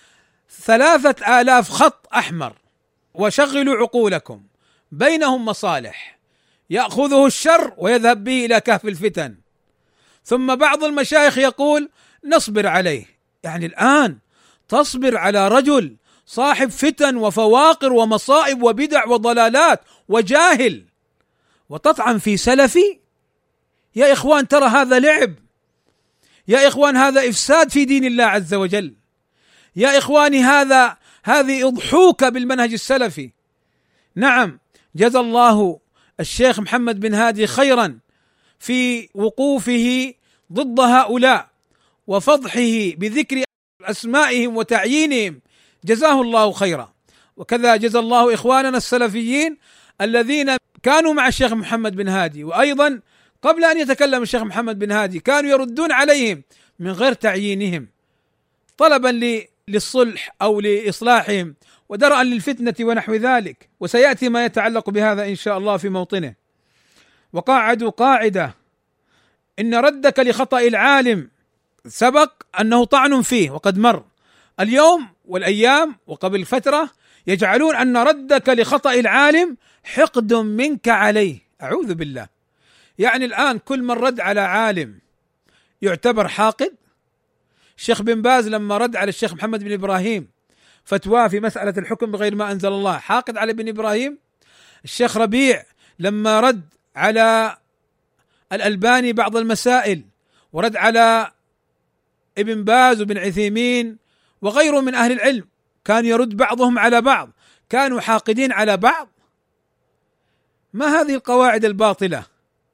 ثلاثة آلاف خط أحمر، وشغلوا عقولكم، بينهم مصالح، يأخذه الشر ويذهب به إلى كهف الفتن. ثم بعض المشايخ يقول نصبر عليه، يعني الآن تصبر على رجل صاحب فتن وفواقر ومصائب وبدع وضلالات وجاهل وتطعن في سلفي؟ يا إخوان ترى هذا لعب، يا إخوان هذا إفساد في دين الله عز وجل، يا إخواني هذا هذه أضحوك بالمنهج السلفي. نعم، جزى الله الشيخ محمد بن هادي خيرا في وقوفه ضد هؤلاء وفضحه بذكر أسمائهم وتعيينهم، جزاه الله خيرا. وكذا جزى الله إخواننا السلفيين الذين كانوا مع الشيخ محمد بن هادي، وأيضا قبل أن يتكلم الشيخ محمد بن هادي كانوا يردون عليهم من غير تعيينهم طلبا للصلح أو لإصلاحهم ودرءا للفتنة ونحو ذلك، وسيأتي ما يتعلق بهذا إن شاء الله في موطنه. وقاعدوا قاعدة: إن ردك لخطأ العالم سبق أنه طعن فيه وقد مر. اليوم والأيام وقبل فترة يجعلون أن ردك لخطأ العالم حقد منك عليه، أعوذ بالله. يعني الآن كل من رد على عالم يعتبر حاقد. الشيخ بن باز لما رد على الشيخ محمد بن إبراهيم فتواه في مسألة الحكم بغير ما أنزل الله، حاقد على ابن إبراهيم. الشيخ ربيع لما رد على الألباني بعض المسائل ورد على ابن باز وابن عثيمين وغيره من أهل العلم، كان يرد بعضهم على بعض، كانوا حاقدين على بعض. ما هذه القواعد الباطلة؟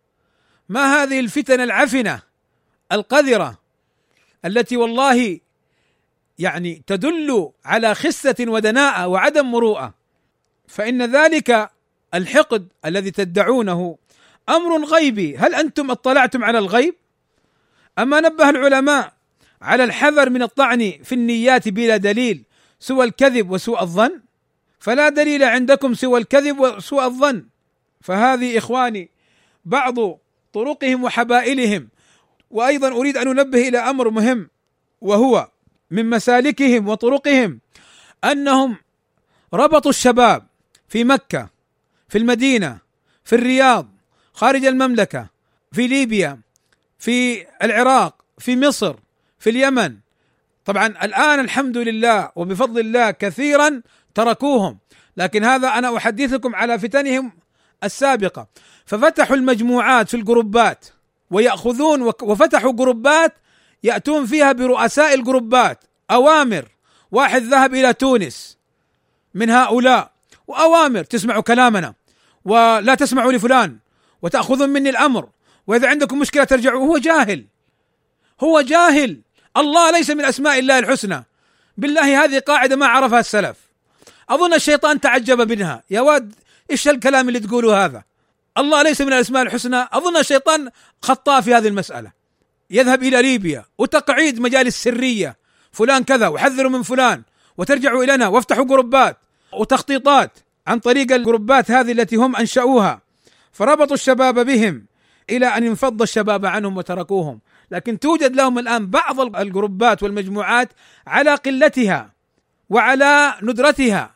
ما هذه الفتن العفنة القذرة التي والله يعني تدل على خسة ودناءة وعدم مروءة؟ فإن ذلك الحقد الذي تدعونه أمر غيبي. هل أنتم اطلعتم على الغيب؟ أما نبه العلماء على الحذر من الطعن في النيات بلا دليل سوى الكذب وسوء الظن، فلا دليل عندكم سوى الكذب وسوء الظن. فهذه إخواني بعض طرقهم وحبائلهم. وأيضا أريد أن أنبه إلى أمر مهم، وهو من مسالكهم وطرقهم أنهم ربطوا الشباب في مكة، في المدينة، في الرياض، خارج المملكة، في ليبيا، في العراق، في مصر، في اليمن. طبعا الآن الحمد لله وبفضل الله كثيرا تركوهم، لكن هذا أنا أحدثكم على فتنهم السابقة. ففتحوا المجموعات في الجروبات ويأخذون، وفتحوا جروبات يأتون فيها برؤساء الجروبات أوامر. واحد ذهب إلى تونس من هؤلاء وأوامر: تسمعوا كلامنا ولا تسمعوا لفلان وتأخذون مني الأمر، وإذا عندكم مشكلة ترجعوا. هو جاهل، هو جاهل. الله ليس من أسماء الله الحسنى. بالله هذه قاعدة ما عرفها السلف، أظن الشيطان تعجب منها. يا واد إيش الكلام اللي تقوله هذا؟ الله ليس من الأسماء الحسنى. أظن الشيطان خطاء في هذه المسألة. يذهب إلى ليبيا وتقعيد مجالس سرية، فلان كذا وحذروا من فلان وترجعوا إلينا، وافتحوا جروبات وتخطيطات عن طريق الجروبات هذه التي هم أنشأوها. فربطوا الشباب بهم إلى أن انفض الشباب عنهم وتركوهم. لكن توجد لهم الآن بعض الجروبات والمجموعات على قلتها وعلى ندرتها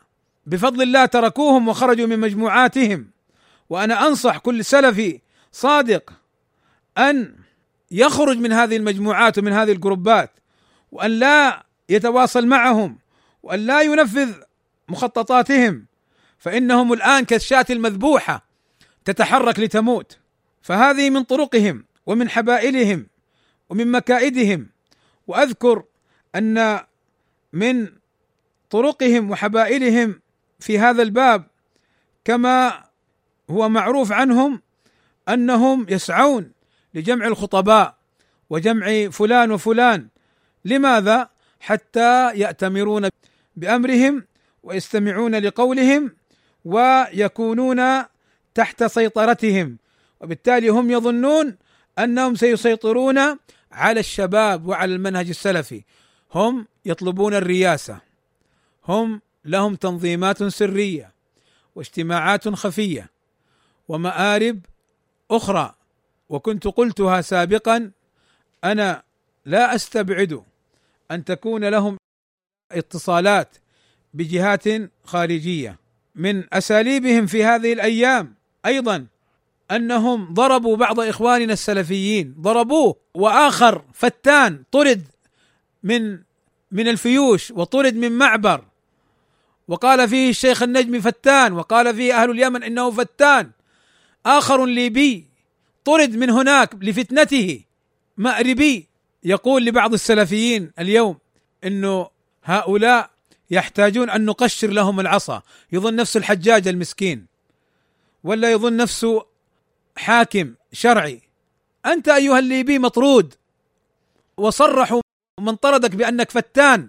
بفضل الله تركوهم وخرجوا من مجموعاتهم. وأنا أنصح كل سلفي صادق أن يخرج من هذه المجموعات ومن هذه الجروبات، وأن لا يتواصل معهم، وأن لا ينفذ مخططاتهم، فإنهم الآن كالشاة المذبوحة تتحرك لتموت. فهذه من طرقهم ومن حبائلهم ومن مكائدهم. وأذكر أن من طرقهم وحبائلهم في هذا الباب كما هو معروف عنهم أنهم يسعون لجمع الخطباء وجمع فلان وفلان. لماذا؟ حتى يأتمرون بأمرهم ويستمعون لقولهم ويكونون تحت سيطرتهم، وبالتالي هم يظنون أنهم سيسيطرون على الشباب وعلى المنهج السلفي. هم يطلبون الرياسة، هم لهم تنظيمات سرية واجتماعات خفية ومآرب أخرى. وكنت قلتها سابقا، أنا لا أستبعد أن تكون لهم اتصالات بجهات خارجية. من أساليبهم في هذه الأيام أيضا أنهم ضربوا بعض إخواننا السلفيين، ضربوه، وآخر فتان طرد من من الفيوش وطرد من معبر، وقال فيه الشيخ النجمي فتان، وقال فيه أهل اليمن إنه فتان. آخر ليبي طرد من هناك لفتنته، مأربي، يقول لبعض السلفيين اليوم إنه هؤلاء يحتاجون أن نقشر لهم العصا. يظن نفسه الحجاج المسكين، ولا يظن نفسه حاكم شرعي. أنت أيها الليبي مطرود، وصرحوا من طردك بأنك فتان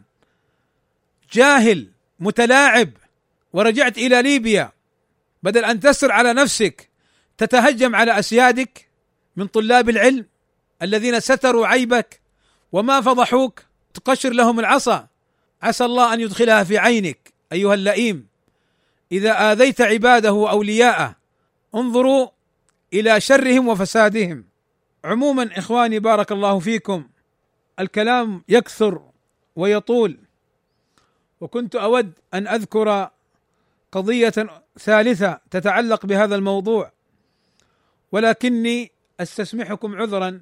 جاهل متلاعب، ورجعت إلى ليبيا بدل أن تسر على نفسك تتهجم على أسيادك من طلاب العلم الذين ستروا عيبك وما فضحوك، تقشر لهم العصا. عسى الله أن يدخلها في عينك أيها اللئيم إذا آذيت عباده وأولياءه. انظروا إلى شرهم وفسادهم. عموما إخواني بارك الله فيكم، الكلام يكثر ويطول، وكنت أود أن أذكر قضية ثالثة تتعلق بهذا الموضوع، ولكني أستسمحكم عذرا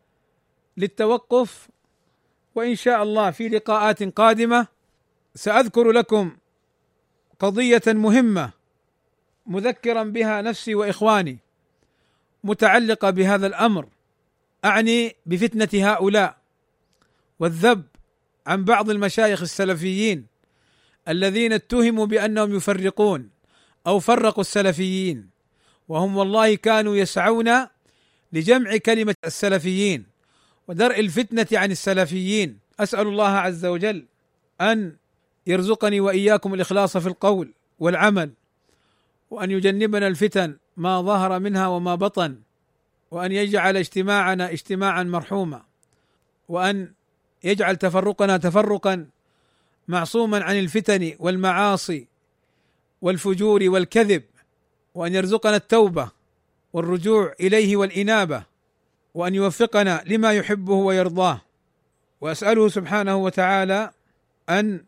للتوقف، وإن شاء الله في لقاءات قادمة سأذكر لكم قضية مهمة مذكرا بها نفسي وإخواني متعلقة بهذا الأمر، أعني بفتنة هؤلاء والذب عن بعض المشايخ السلفيين الذين اتهموا بأنهم يفرقون أو فرقوا السلفيين، وهم والله كانوا يسعون لجمع كلمة السلفيين ودرء الفتنة عن السلفيين. أسأل الله عز وجل أن يرزقني وإياكم الإخلاص في القول والعمل، وأن يجنبنا الفتن ما ظهر منها وما بطن، وأن يجعل اجتماعنا اجتماعا مرحوما، وأن يجعل تفرقنا تفرقا معصوما عن الفتن والمعاصي والفجور والكذب، وأن يرزقنا التوبة والرجوع إليه والإنابة، وأن يوفقنا لما يحبه ويرضاه. وأسأله سبحانه وتعالى أن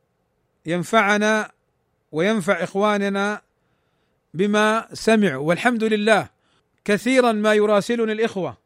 ينفعنا وينفع إخواننا بما سمعوا. والحمد لله كثيرا ما يراسلني الإخوة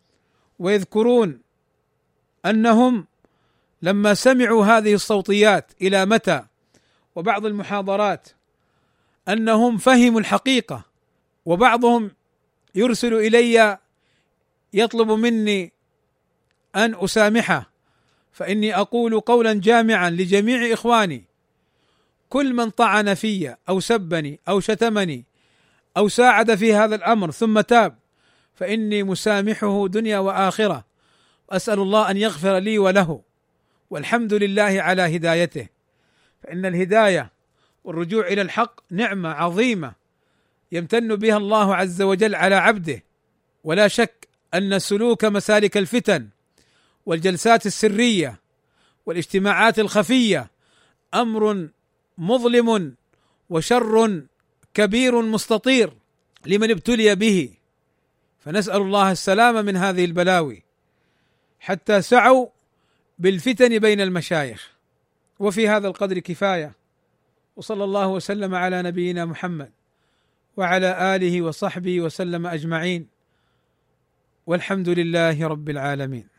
ويذكرون أنهم لما سمعوا هذه الصوتيات إلى متى وبعض المحاضرات أنهم فهموا الحقيقة، وبعضهم يرسل إلي يطلب مني أن أسامحه، فإني أقول قولا جامعا لجميع إخواني: كل من طعن في أو سبني أو شتمني أو ساعد في هذا الأمر ثم تاب فإني مسامحه دنيا وآخرة، وأسأل الله أن يغفر لي وله، والحمد لله على هدايته. فإن الهداية والرجوع إلى الحق نعمة عظيمة يمتن بها الله عز وجل على عبده، ولا شك أن سلوك مسالك الفتن والجلسات السرية والاجتماعات الخفية أمر مظلم وشر كبير مستطير لمن ابتلي به، فنسأل الله السلامة من هذه البلاوي. حتى سعوا بالفتن بين المشايخ. وفي هذا القدر كفاية، وصلى الله وسلم على نبينا محمد وعلى اله وصحبه وسلم اجمعين، والحمد لله رب العالمين.